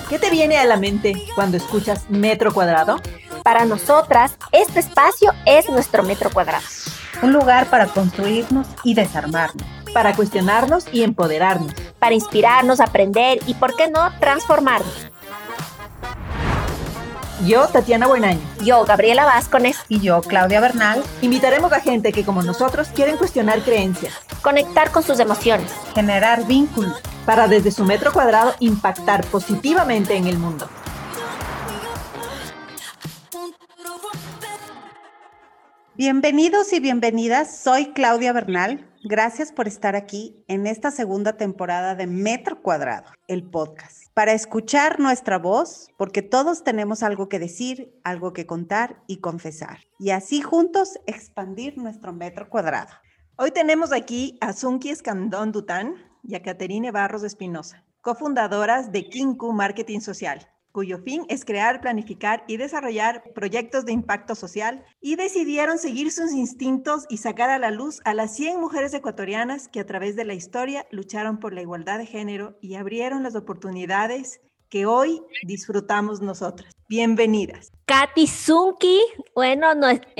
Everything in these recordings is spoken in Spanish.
¿Qué te viene a la mente cuando escuchas metro cuadrado? Para nosotras, este espacio es nuestro metro cuadrado. Un lugar para construirnos y desarmarnos. Para cuestionarnos y empoderarnos. Para inspirarnos, aprender y, ¿por qué no, transformarnos? Yo, Tatiana Buenaño. Yo, Gabriela Vázquez. Y yo, Claudia Bernal. Invitaremos a gente que, como nosotros, quieren cuestionar creencias. Conectar con sus emociones. Generar vínculos. Para desde su metro cuadrado impactar positivamente en el mundo. Bienvenidos y bienvenidas, soy Claudia Bernal. Gracias por estar aquí en esta segunda temporada de Metro Cuadrado, el podcast. Para escuchar nuestra voz, porque todos tenemos algo que decir, algo que contar y confesar. Y así juntos expandir nuestro metro cuadrado. Hoy tenemos aquí a Sunki Escandón Dután y a Caterine Barros Espinosa, cofundadoras de Kinku Marketing Social, cuyo fin es crear, planificar y desarrollar proyectos de impacto social, y decidieron seguir sus instintos y sacar a la luz a las 100 mujeres ecuatorianas que a través de la historia lucharon por la igualdad de género y abrieron las oportunidades que hoy disfrutamos nosotras. Bienvenidas. Katy, Sunki, bueno,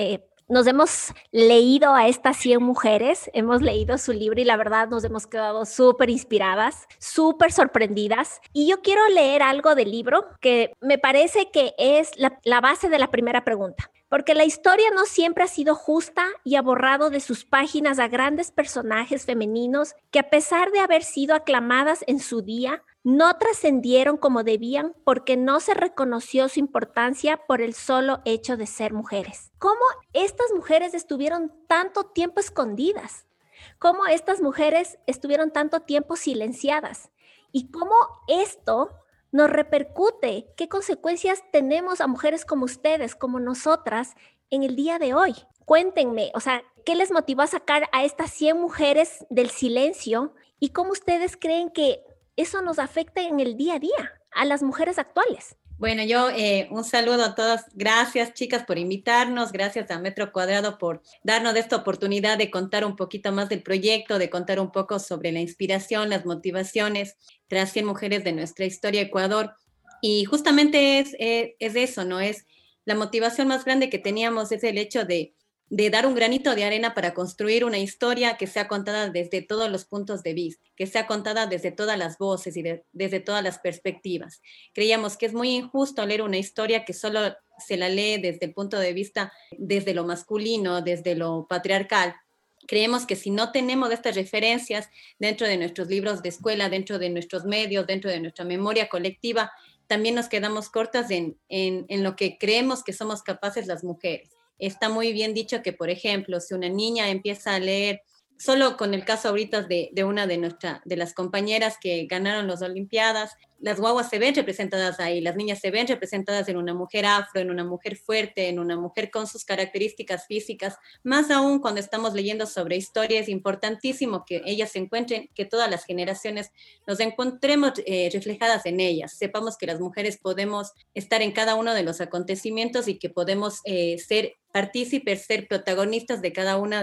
nos hemos leído a estas 100 mujeres, hemos leído su libro y la verdad nos hemos quedado súper inspiradas, súper sorprendidas. Y yo quiero leer algo del libro que me parece que es la base de la primera pregunta. Porque la historia no siempre ha sido justa y ha borrado de sus páginas a grandes personajes femeninos que, a pesar de haber sido aclamadas en su día, no trascendieron como debían porque no se reconoció su importancia por el solo hecho de ser mujeres. ¿Cómo estas mujeres estuvieron tanto tiempo escondidas? ¿Cómo estas mujeres estuvieron tanto tiempo silenciadas? ¿Y cómo esto nos repercute? ¿Qué consecuencias tenemos a mujeres como ustedes, como nosotras, en el día de hoy? Cuéntenme, ¿qué les motivó a sacar a estas 100 mujeres del silencio y cómo ustedes creen que eso nos afecta en el día a día a las mujeres actuales? Bueno, yo un saludo a todas. Gracias, chicas, por invitarnos. Gracias a Metro Cuadrado por darnos esta oportunidad de contar un poquito más del proyecto, de contar un poco sobre la inspiración, las motivaciones tras 100 mujeres de nuestra historia Ecuador. Y justamente es eso, ¿no? Es la motivación más grande que teníamos, es el hecho de dar un granito de arena para construir una historia que sea contada desde todos los puntos de vista, que sea contada desde todas las voces y desde todas las perspectivas. Creíamos que es muy injusto leer una historia que solo se la lee desde el punto de vista, desde lo masculino, desde lo patriarcal. Creemos que si no tenemos estas referencias dentro de nuestros libros de escuela, dentro de nuestros medios, dentro de nuestra memoria colectiva, también nos quedamos cortas en lo que creemos que somos capaces las mujeres. Está muy bien dicho que, por ejemplo, si una niña empieza a leer, solo con el caso ahorita de una de las compañeras que ganaron las Olimpiadas, las guaguas se ven representadas ahí, las niñas se ven representadas en una mujer afro, en una mujer fuerte, en una mujer con sus características físicas. Más aún cuando estamos leyendo sobre historia, es importantísimo que ellas se encuentren, que todas las generaciones nos encontremos reflejadas en ellas. Sepamos que las mujeres podemos estar en cada uno de los acontecimientos y que podemos ser partícipes, ser protagonistas de cada uno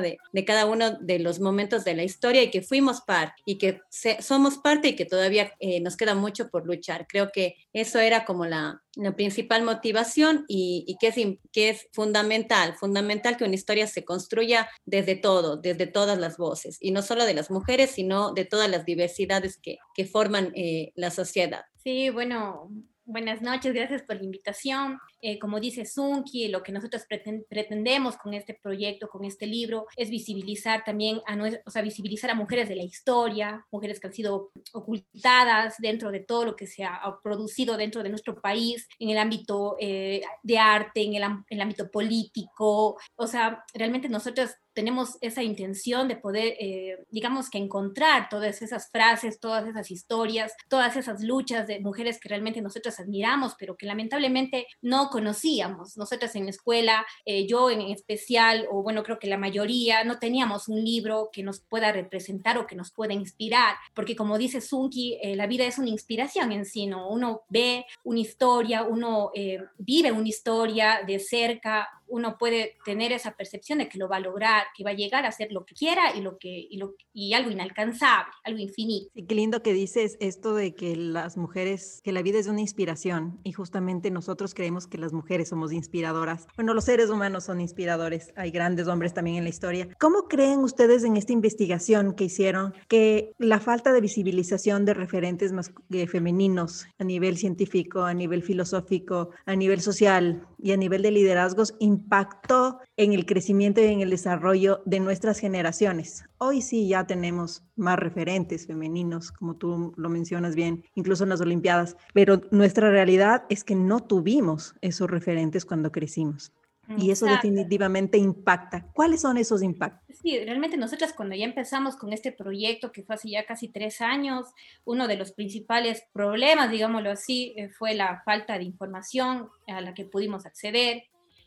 de los momentos de la historia, y que fuimos parte y que somos parte y que todavía nos queda mucho por luchar. Creo que eso era como la principal motivación, y que es fundamental que una historia se construya desde todas las voces, y no solo de las mujeres, sino de todas las diversidades que forman la sociedad. Sí, bueno, buenas noches, gracias por la invitación. Como dice Sunki, lo que nosotros pretendemos con este proyecto, con este libro, es visibilizar también visibilizar a mujeres de la historia, mujeres que han sido ocultadas dentro de todo lo que se ha producido dentro de nuestro país, en el ámbito de arte, en el ámbito político. Realmente nosotros tenemos esa intención de poder, digamos que encontrar todas esas frases, todas esas historias, todas esas luchas de mujeres que realmente nosotros admiramos, pero que lamentablemente no conocíamos. Nosotras en la escuela, yo en especial, o bueno, creo que la mayoría, no teníamos un libro que nos pueda representar o que nos pueda inspirar, porque como dice Sunki, la vida es una inspiración en sí, ¿no? Uno ve una historia, uno vive una historia de cerca, uno puede tener esa percepción de que lo va a lograr, que va a llegar a hacer lo que quiera y algo inalcanzable, algo infinito. Sí, qué lindo que dices esto de que las mujeres, que la vida es una inspiración y justamente nosotros creemos que las mujeres somos inspiradoras. Bueno, los seres humanos son inspiradores, hay grandes hombres también en la historia. ¿Cómo creen ustedes en esta investigación que hicieron que la falta de visibilización de referentes femeninos a nivel científico, a nivel filosófico, a nivel social y a nivel de liderazgos impactó en el crecimiento y en el desarrollo de nuestras generaciones? Hoy sí ya tenemos más referentes femeninos, como tú lo mencionas bien, incluso en las Olimpiadas, pero nuestra realidad es que no tuvimos esos referentes cuando crecimos. Y eso Exacto. definitivamente impacta. ¿Cuáles son esos impactos? Sí, realmente nosotras cuando ya empezamos con este proyecto, que fue hace ya casi 3 años, uno de los principales problemas, digámoslo así, fue la falta de información a la que pudimos acceder.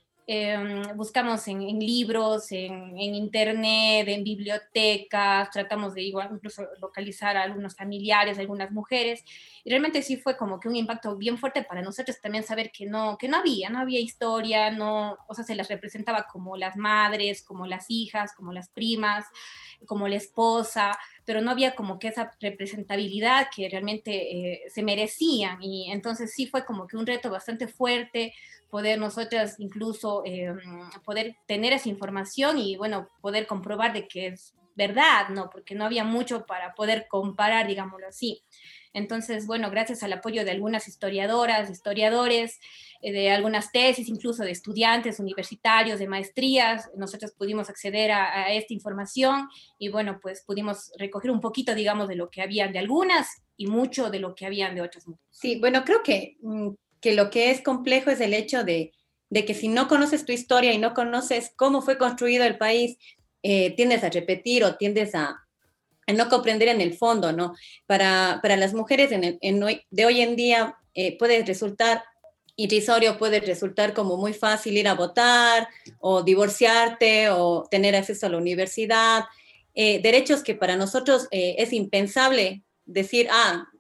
Buscamos en libros, en internet, en bibliotecas, tratamos de igual incluso localizar a algunos familiares, a algunas mujeres, y realmente sí fue como que un impacto bien fuerte para nosotros también saber que no había historia, no, o sea, se las representaba como las madres, como las hijas, como las primas, como la esposa, pero no había como que esa representabilidad que realmente se merecían, y entonces sí fue como que un reto bastante fuerte poder nosotras incluso poder tener esa información y, bueno, poder comprobar de que es verdad, ¿no? Porque no había mucho para poder comparar, digámoslo así. Entonces, bueno, gracias al apoyo de algunas historiadoras, historiadores, de algunas tesis, incluso de estudiantes universitarios, de maestrías, nosotros pudimos acceder a esta información y, bueno, pues pudimos recoger un poquito, digamos, de lo que habían de algunas y mucho de lo que habían de otras mujeres. Sí, bueno, creo que lo que es complejo es el hecho de que si no conoces tu historia y no conoces cómo fue construido el país, tiendes a repetir o tiendes a no comprender en el fondo, ¿no? Para las mujeres de hoy en día puede resultar irrisorio, puede resultar como muy fácil ir a votar o divorciarte o tener acceso a la universidad, derechos que para nosotros es impensable decir,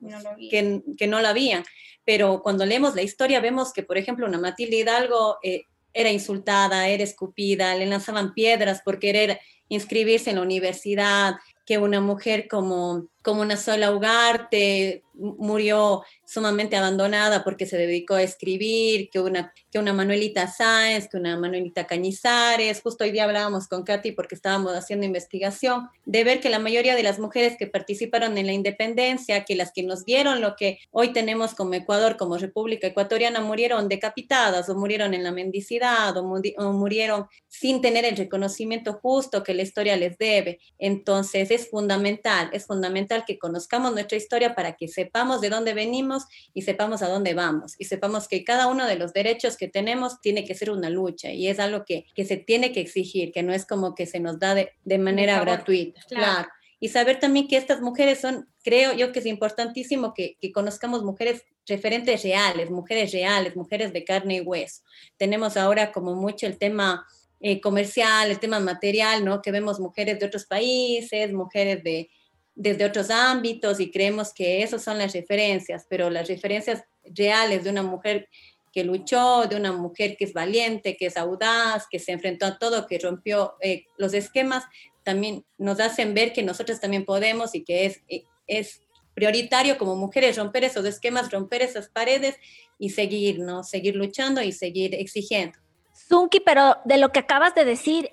que no lo habían. Pero cuando leemos la historia vemos que, por ejemplo, una Matilde Hidalgo era insultada, era escupida, le lanzaban piedras por querer inscribirse en la universidad, que una mujer como una Sola Ugarte murió sumamente abandonada porque se dedicó a escribir, que una Manuelita Sáenz, que una Manuelita Cañizares. Justo hoy día hablábamos con Katy porque estábamos haciendo investigación, de ver que la mayoría de las mujeres que participaron en la independencia, que las que nos dieron lo que hoy tenemos como Ecuador, como República Ecuatoriana, murieron decapitadas o murieron en la mendicidad o murieron sin tener el reconocimiento justo que la historia les debe. Entonces es fundamental que conozcamos nuestra historia para que sepamos de dónde venimos y sepamos a dónde vamos y sepamos que cada uno de los derechos que tenemos tiene que ser una lucha y es algo que se tiene que exigir, que no es como que se nos da de manera gratuita. Claro. Y saber también que estas mujeres son, creo yo que es importantísimo que conozcamos mujeres referentes reales, mujeres de carne y hueso. Tenemos ahora como mucho el tema comercial, el tema material, ¿no? Que vemos mujeres de otros países, mujeres desde otros ámbitos y creemos que esas son las referencias, pero las referencias reales de una mujer que luchó, de una mujer que es valiente, que es audaz, que se enfrentó a todo, que rompió los esquemas, también nos hacen ver que nosotros también podemos y que es prioritario como mujeres romper esos esquemas, romper esas paredes y seguir, ¿no? Seguir luchando y seguir exigiendo. Zunki, pero de lo que acabas de decir,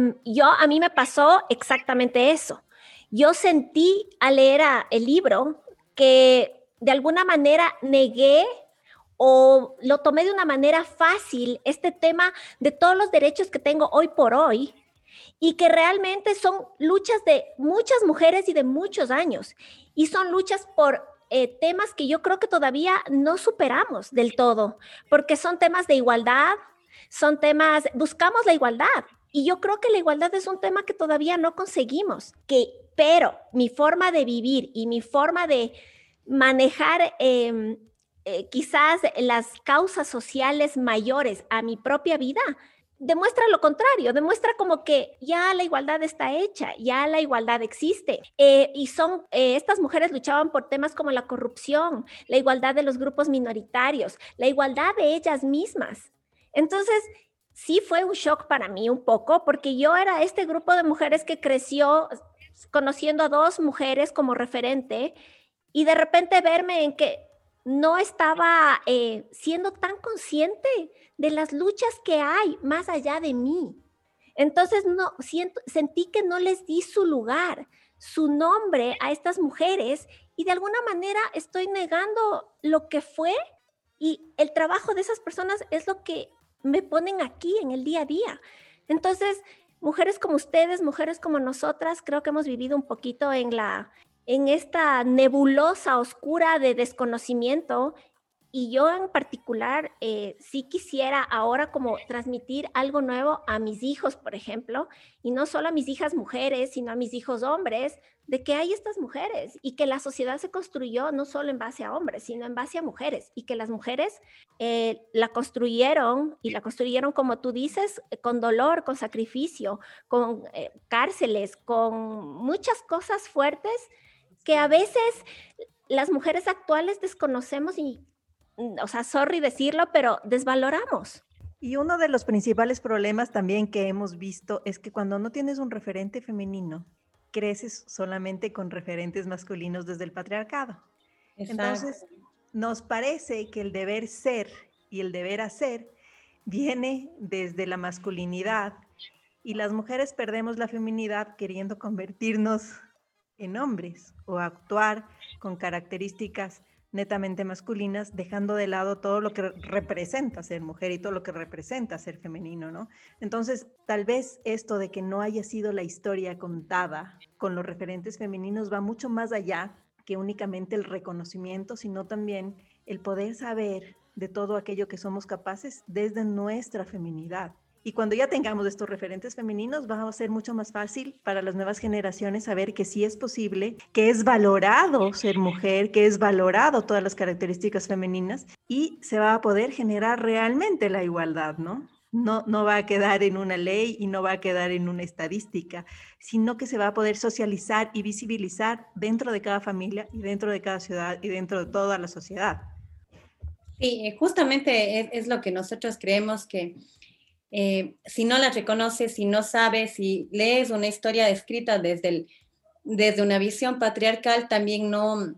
a mí me pasó exactamente eso. Yo sentí al leer el libro que de alguna manera negué o lo tomé de una manera fácil este tema de todos los derechos que tengo hoy por hoy y que realmente son luchas de muchas mujeres y de muchos años y son luchas por temas que yo creo que todavía no superamos del todo, porque son temas de igualdad, son temas, buscamos la igualdad y yo creo que la igualdad es un tema que todavía no conseguimos, pero mi forma de vivir y mi forma de manejar quizás las causas sociales mayores a mi propia vida demuestra lo contrario, demuestra como que ya la igualdad está hecha, ya la igualdad existe. Estas mujeres luchaban por temas como la corrupción, la igualdad de los grupos minoritarios, la igualdad de ellas mismas. Entonces, sí fue un shock para mí un poco, porque yo era este grupo de mujeres que creció conociendo a dos mujeres como referente y de repente verme en que no estaba siendo tan consciente de las luchas que hay más allá de mí. Entonces sentí que no les di su lugar, su nombre a estas mujeres y de alguna manera estoy negando lo que fue y el trabajo de esas personas es lo que me ponen aquí en el día a día. Entonces, mujeres como ustedes, mujeres como nosotras, creo que hemos vivido un poquito en esta nebulosa oscura de desconocimiento. Y yo en particular sí quisiera ahora como transmitir algo nuevo a mis hijos, por ejemplo, y no solo a mis hijas mujeres, sino a mis hijos hombres, de que hay estas mujeres y que la sociedad se construyó no solo en base a hombres, sino en base a mujeres y que las mujeres la construyeron y la construyeron, como tú dices, con dolor, con sacrificio, con cárceles, con muchas cosas fuertes que a veces las mujeres actuales desconocemos y o sea, sorry decirlo, pero desvaloramos. Y uno de los principales problemas también que hemos visto es que cuando no tienes un referente femenino, creces solamente con referentes masculinos desde el patriarcado. Exacto. Entonces, nos parece que el deber ser y el deber hacer viene desde la masculinidad y las mujeres perdemos la feminidad queriendo convertirnos en hombres o actuar con características netamente masculinas, dejando de lado todo lo que representa ser mujer y todo lo que representa ser femenino, ¿no? Entonces, tal vez esto de que no haya sido la historia contada con los referentes femeninos va mucho más allá que únicamente el reconocimiento, sino también el poder saber de todo aquello que somos capaces desde nuestra feminidad. Y cuando ya tengamos estos referentes femeninos, va a ser mucho más fácil para las nuevas generaciones saber que sí es posible, que es valorado ser mujer, que es valorado todas las características femeninas y se va a poder generar realmente la igualdad, ¿no? No va a quedar en una ley y no va a quedar en una estadística, sino que se va a poder socializar y visibilizar dentro de cada familia y dentro de cada ciudad y dentro de toda la sociedad. Sí, justamente es lo que nosotros creemos que si no la reconoces, si no sabes, si lees una historia escrita desde una visión patriarcal, también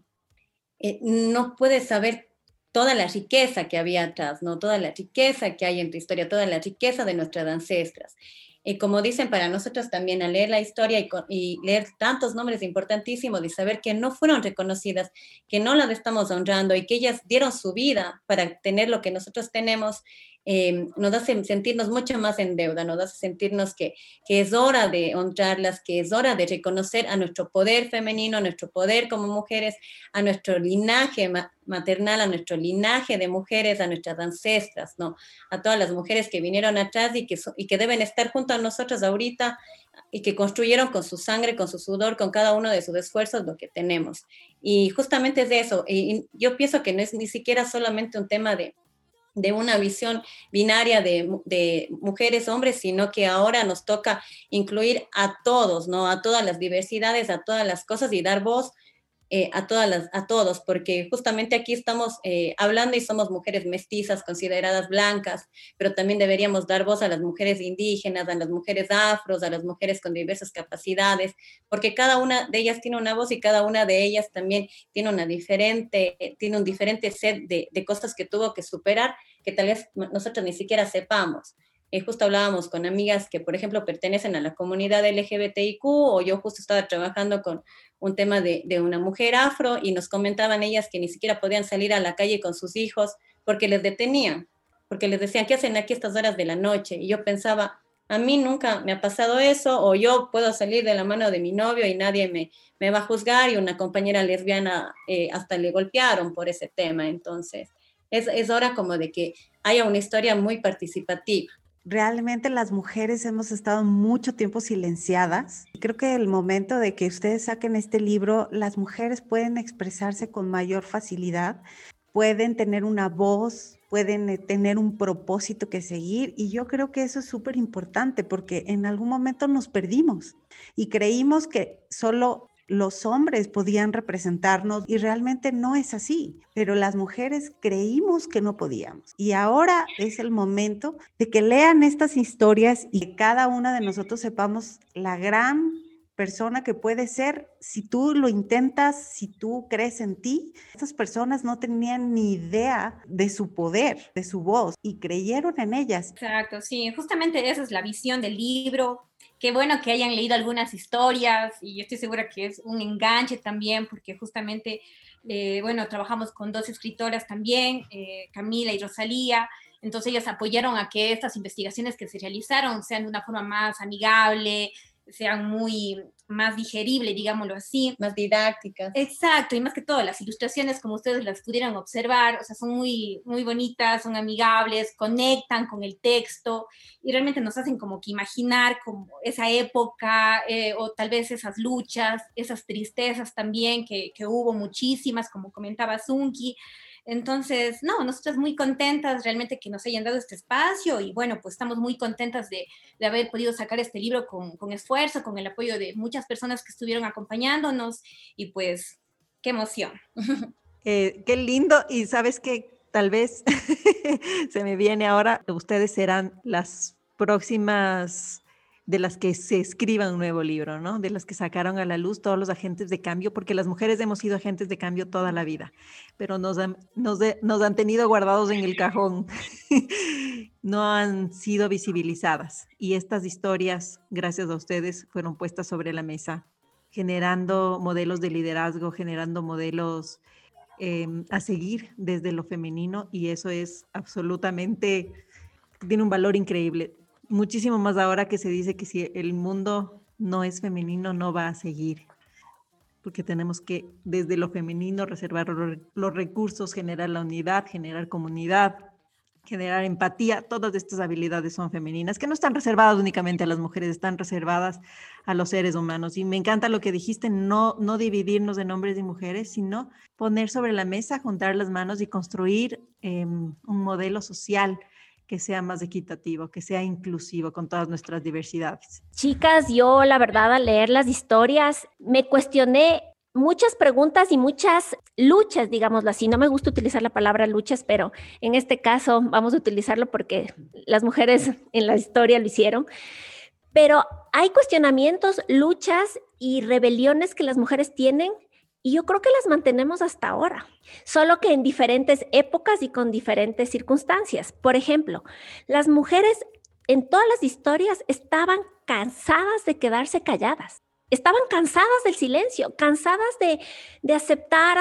no puedes saber toda la riqueza que había atrás, ¿no? Toda la riqueza que hay en tu historia, toda la riqueza de nuestras ancestras. Como dicen, para nosotros también al leer la historia y leer tantos nombres importantísimos y saber que no fueron reconocidas, que no las estamos honrando y que ellas dieron su vida para tener lo que nosotros tenemos, nos hace sentirnos mucho más en deuda, nos hace sentirnos que es hora de honrarlas, que es hora de reconocer a nuestro poder femenino, a nuestro poder como mujeres, a nuestro linaje maternal, a nuestro linaje de mujeres, a nuestras ancestras, ¿no? A todas las mujeres que vinieron atrás y que deben estar junto a nosotros ahorita y que construyeron con su sangre, con su sudor, con cada uno de sus esfuerzos lo que tenemos. Y justamente es de eso. Y yo pienso que no es ni siquiera solamente un tema de una visión binaria de mujeres, hombres, sino que ahora nos toca incluir a todos, ¿no? A todas las diversidades, a todas las cosas y dar voz a todos, porque justamente aquí estamos hablando y somos mujeres mestizas, consideradas blancas, pero también deberíamos dar voz a las mujeres indígenas, a las mujeres afros, a las mujeres con diversas capacidades, porque cada una de ellas tiene una voz y cada una de ellas también tiene un diferente set de cosas que tuvo que superar, que tal vez nosotros ni siquiera sepamos. Justo hablábamos con amigas que, por ejemplo, pertenecen a la comunidad LGBTIQ, o yo justo estaba trabajando con un tema de una mujer afro y nos comentaban ellas que ni siquiera podían salir a la calle con sus hijos porque les detenían, porque les decían, ¿qué hacen aquí a estas horas de la noche? Y yo pensaba, a mí nunca me ha pasado eso, o yo puedo salir de la mano de mi novio y nadie me va a juzgar, y una compañera lesbiana hasta le golpearon por ese tema. Entonces, es hora como de que haya una historia muy participativa. Realmente las mujeres hemos estado mucho tiempo silenciadas. Creo que el momento de que ustedes saquen este libro, las mujeres pueden expresarse con mayor facilidad, pueden tener una voz, pueden tener un propósito que seguir, y yo creo que eso es súper importante porque en algún momento nos perdimos y creímos que solo los hombres podían representarnos y realmente no es así, pero las mujeres creímos que no podíamos. Y ahora es el momento de que lean estas historias y que cada una de nosotros sepamos la gran persona que puede ser si tú lo intentas, si tú crees en ti. Estas personas no tenían ni idea de su poder, de su voz, y creyeron en ellas. Exacto, sí, justamente esa es la visión del libro. Qué bueno que hayan leído algunas historias y yo estoy segura que es un enganche también porque justamente, bueno, trabajamos con 2 escritoras también, Camila y Rosalía. Entonces ellas apoyaron a que estas investigaciones que se realizaron sean de una forma más amigable, sean muy más digeribles, digámoslo así. Más didácticas. Exacto, y más que todo, las ilustraciones, como ustedes las pudieran observar, o sea, son muy, muy bonitas, son amigables, conectan con el texto y realmente nos hacen como que imaginar como esa época o tal vez esas luchas, esas tristezas también que hubo muchísimas, como comentaba Zunki. Entonces, no, nosotras muy contentas realmente que nos hayan dado este espacio y bueno, pues estamos muy contentas de haber podido sacar este libro con esfuerzo, con el apoyo de muchas personas que estuvieron acompañándonos y pues, qué emoción. Qué lindo, y sabes que tal vez se me viene ahora, ustedes serán las próximas de las que se escriba un nuevo libro, ¿no? De las que sacaron a la luz todos los agentes de cambio, porque las mujeres hemos sido agentes de cambio toda la vida, pero nos han tenido guardados en el cajón, no han sido visibilizadas. Y estas historias, gracias a ustedes, fueron puestas sobre la mesa, generando modelos de liderazgo, generando modelos a seguir desde lo femenino, y eso es absolutamente, tiene un valor increíble. Muchísimo más ahora que se dice que si el mundo no es femenino, no va a seguir, porque tenemos que desde lo femenino reservar los recursos, generar la unidad, generar comunidad, generar empatía. Todas estas habilidades son femeninas, que no están reservadas únicamente a las mujeres, están reservadas a los seres humanos. Y me encanta lo que dijiste, no dividirnos en hombres y mujeres, sino poner sobre la mesa, juntar las manos y construir un modelo social que sea más equitativo, que sea inclusivo con todas nuestras diversidades. Chicas, yo la verdad al leer las historias me cuestioné muchas preguntas y muchas luchas, digámoslo así. No me gusta utilizar la palabra luchas, pero en este caso vamos a utilizarlo porque las mujeres en la historia lo hicieron. Pero hay cuestionamientos, luchas y rebeliones que las mujeres tienen y yo creo que las mantenemos hasta ahora, solo que en diferentes épocas y con diferentes circunstancias. Por ejemplo, las mujeres en todas las historias estaban cansadas de quedarse calladas. Estaban cansadas del silencio, cansadas de aceptar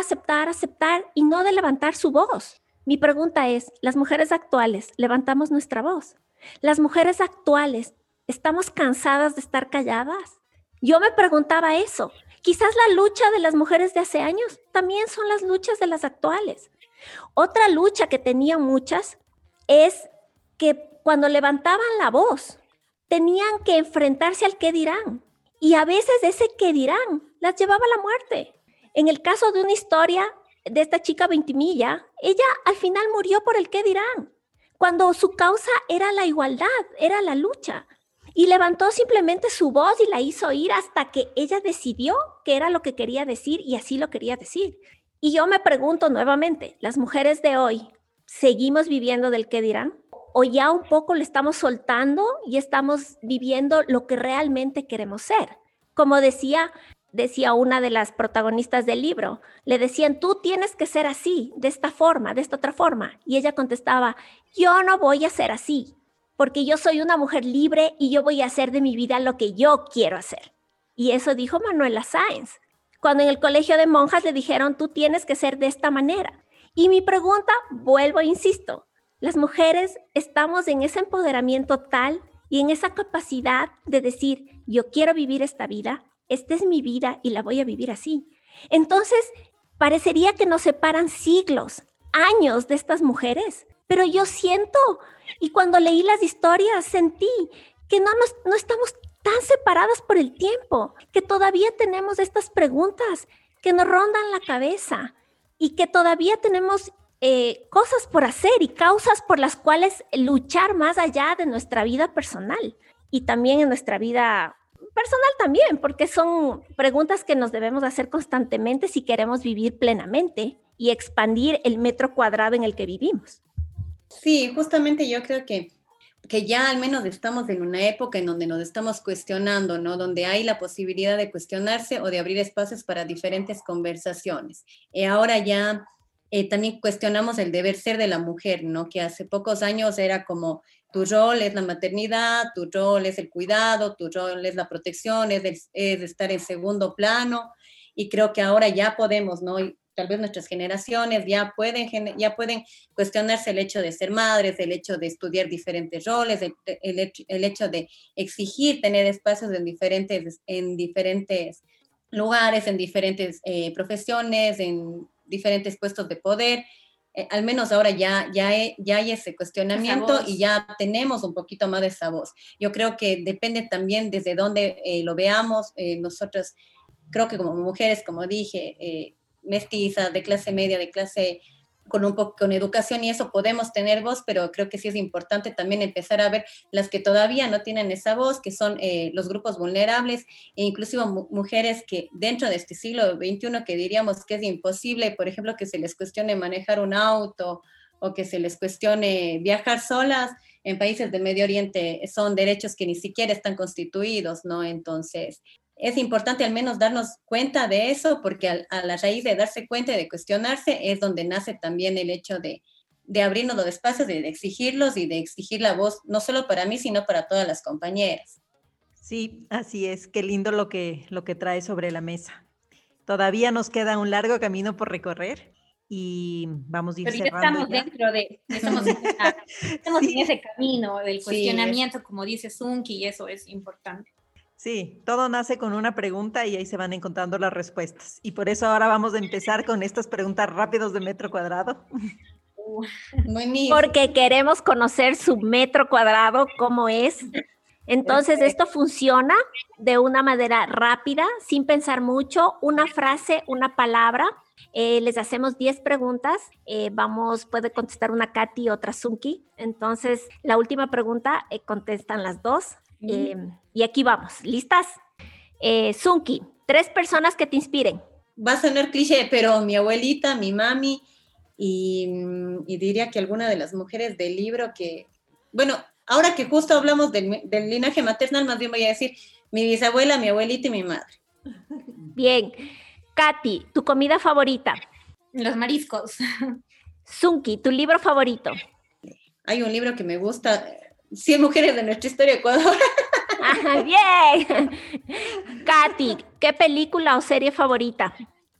y no de levantar su voz. Mi pregunta es, ¿las mujeres actuales levantamos nuestra voz? ¿Las mujeres actuales estamos cansadas de estar calladas? Yo me preguntaba eso. Quizás la lucha de las mujeres de hace años también son las luchas de las actuales. Otra lucha que tenían muchas es que cuando levantaban la voz tenían que enfrentarse al qué dirán. Y a veces ese qué dirán las llevaba a la muerte. En el caso de una historia de esta chica Ventimilla, ella al final murió por el qué dirán, cuando su causa era la igualdad, era la lucha. Y levantó simplemente su voz y la hizo oír hasta que ella decidió qué era lo que quería decir y así lo quería decir. Y yo me pregunto nuevamente, ¿las mujeres de hoy seguimos viviendo del qué dirán? ¿O ya un poco le estamos soltando y estamos viviendo lo que realmente queremos ser? Como decía una de las protagonistas del libro, le decían, tú tienes que ser así, de esta forma, de esta otra forma. Y ella contestaba, yo no voy a ser así, porque yo soy una mujer libre y yo voy a hacer de mi vida lo que yo quiero hacer. Y eso dijo Manuela Sáenz, cuando en el colegio de monjas le dijeron, tú tienes que ser de esta manera. Y mi pregunta, vuelvo e insisto, las mujeres estamos en ese empoderamiento tal y en esa capacidad de decir, yo quiero vivir esta vida, esta es mi vida y la voy a vivir así. Entonces, parecería que nos separan siglos, años de estas mujeres, pero yo siento, y cuando leí las historias sentí que no estamos tan separadas por el tiempo, que todavía tenemos estas preguntas que nos rondan la cabeza y que todavía tenemos cosas por hacer y causas por las cuales luchar más allá de nuestra vida personal y también en nuestra vida personal también, porque son preguntas que nos debemos hacer constantemente si queremos vivir plenamente y expandir el metro cuadrado en el que vivimos. Sí, justamente yo creo que ya al menos estamos en una época en donde nos estamos cuestionando, ¿no? Donde hay la posibilidad de cuestionarse o de abrir espacios para diferentes conversaciones. Ahora ya también cuestionamos el deber ser de la mujer, ¿no? Que hace pocos años era como tu rol es la maternidad, tu rol es el cuidado, tu rol es la protección, es estar en segundo plano. Y creo que ahora ya podemos, ¿no? Y tal vez nuestras generaciones ya pueden cuestionarse el hecho de ser madres, el hecho de estudiar diferentes roles, el hecho de exigir tener espacios en diferentes lugares, en diferentes profesiones, en diferentes puestos de poder. Al menos ahora ya hay ese cuestionamiento y ya tenemos un poquito más de esa voz. Yo creo que depende también desde dónde lo veamos. Nosotros, creo que como mujeres, como dije, mestizas, de clase media, de clase con educación y eso podemos tener voz, pero creo que sí es importante también empezar a ver las que todavía no tienen esa voz, que son los grupos vulnerables e inclusive mujeres que dentro de este siglo XXI que diríamos que es imposible, por ejemplo, que se les cuestione manejar un auto o que se les cuestione viajar solas. En países de Medio Oriente son derechos que ni siquiera están constituidos, ¿no? Entonces, es importante al menos darnos cuenta de eso, porque a la raíz de darse cuenta y de cuestionarse es donde nace también el hecho de abrirnos los espacios, de exigirlos y de exigir la voz, no solo para mí, sino para todas las compañeras. Sí, así es. Qué lindo lo que trae sobre la mesa. Todavía nos queda un largo camino por recorrer y vamos a ir pero cerrando ya estamos dentro de, estamos Sí. en ese camino del Sí. cuestionamiento, como dice Zunki, y eso es importante. Sí, todo nace con una pregunta y ahí se van encontrando las respuestas. Y por eso ahora vamos a empezar con estas preguntas rápidas de metro cuadrado. Buenísimo. Porque queremos conocer su metro cuadrado, cómo es. Entonces, esto funciona de una manera rápida, sin pensar mucho, una frase, una palabra. Les hacemos 10 preguntas. Puede contestar una Katy y otra Zunki. Entonces, la última pregunta contestan las dos. Y aquí vamos. ¿Listas? Zunki, 3 personas que te inspiren. Va a sonar cliché, pero mi abuelita, mi mami y diría que alguna de las mujeres del libro que, bueno, ahora que justo hablamos del linaje maternal, más bien voy a decir mi bisabuela, mi abuelita y mi madre. Bien. Katy, ¿tu comida favorita? Los mariscos. Zunki, ¿tu libro favorito? Hay un libro que me gusta, 100 mujeres de nuestra historia de Ecuador. Ajá, bien. Katy, ¿qué película o serie favorita?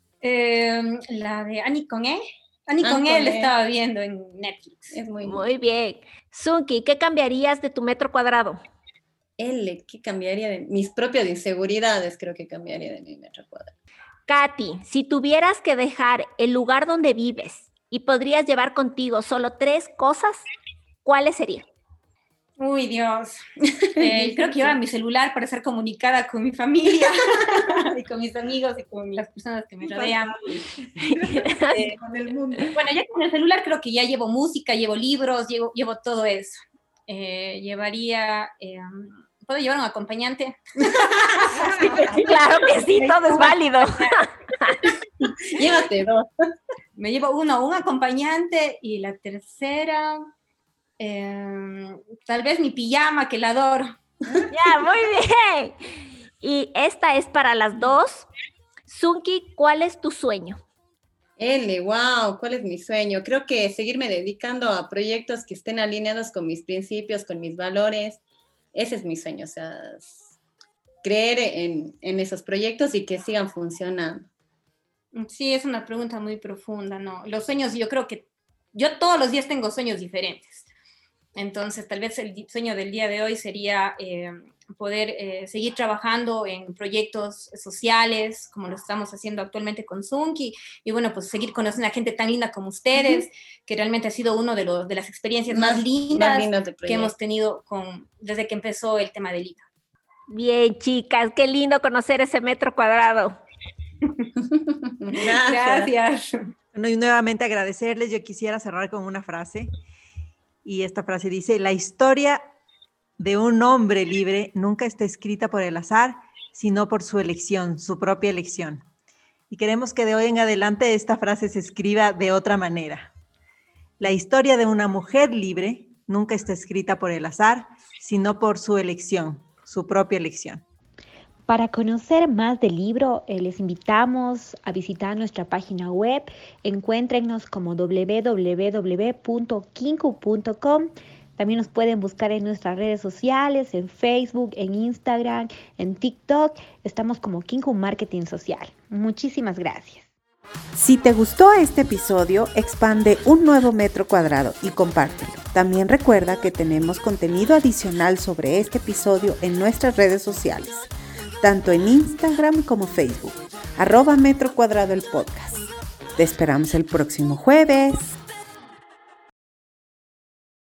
La de Annie con E. Annie con E la estaba viendo en Netflix. Es Muy bien. Zunki, ¿qué cambiarías de tu metro cuadrado? ¿Qué cambiaría de mis propias inseguridades? Creo que cambiaría de mi metro cuadrado. Katy, si tuvieras que dejar el lugar donde vives y podrías llevar contigo solo 3 cosas, ¿cuáles serían? Uy, Dios. Creo que llevaba mi celular para estar comunicada con mi familia y con mis amigos y con las personas que me rodean. Con el mundo. Bueno, ya con el celular creo que ya llevo música, llevo libros, llevo todo eso. Llevaría... ¿Puedo llevar un acompañante? Claro que sí, todo es válido. Llévate 2. Me llevo un acompañante y la tercera... tal vez mi pijama, que la adoro. Ya, muy bien. Y esta es para las dos. Zunki, ¿cuál es tu sueño? Wow, ¿cuál es mi sueño? Creo que seguirme dedicando a proyectos que estén alineados con mis principios, con mis valores. Ese es mi sueño, o sea, creer en esos proyectos y que sigan funcionando. Sí, es una pregunta muy profunda, ¿no? Los sueños, yo creo que yo todos los días tengo sueños diferentes. Entonces, tal vez el sueño del día de hoy sería poder seguir trabajando en proyectos sociales, como lo estamos haciendo actualmente con Zunki, y bueno, pues seguir conociendo a gente tan linda como ustedes, que realmente ha sido uno de las experiencias más lindas que hemos tenido desde que empezó el tema del libro. Bien, chicas, qué lindo conocer ese metro cuadrado. Gracias. Bueno, y nuevamente agradecerles. Yo quisiera cerrar con una frase. Y esta frase dice, la historia de un hombre libre nunca está escrita por el azar, sino por su elección, su propia elección. Y queremos que de hoy en adelante esta frase se escriba de otra manera. La historia de una mujer libre nunca está escrita por el azar, sino por su elección, su propia elección. Para conocer más del libro, les invitamos a visitar nuestra página web. Encuéntrennos como www.kinku.com. También nos pueden buscar en nuestras redes sociales, en Facebook, en Instagram, en TikTok. Estamos como Kinku Marketing Social. Muchísimas gracias. Si te gustó este episodio, expande un nuevo metro cuadrado y compártelo. También recuerda que tenemos contenido adicional sobre este episodio en nuestras redes sociales, tanto en Instagram como Facebook, @Metro Cuadrado el podcast. Te esperamos el próximo jueves.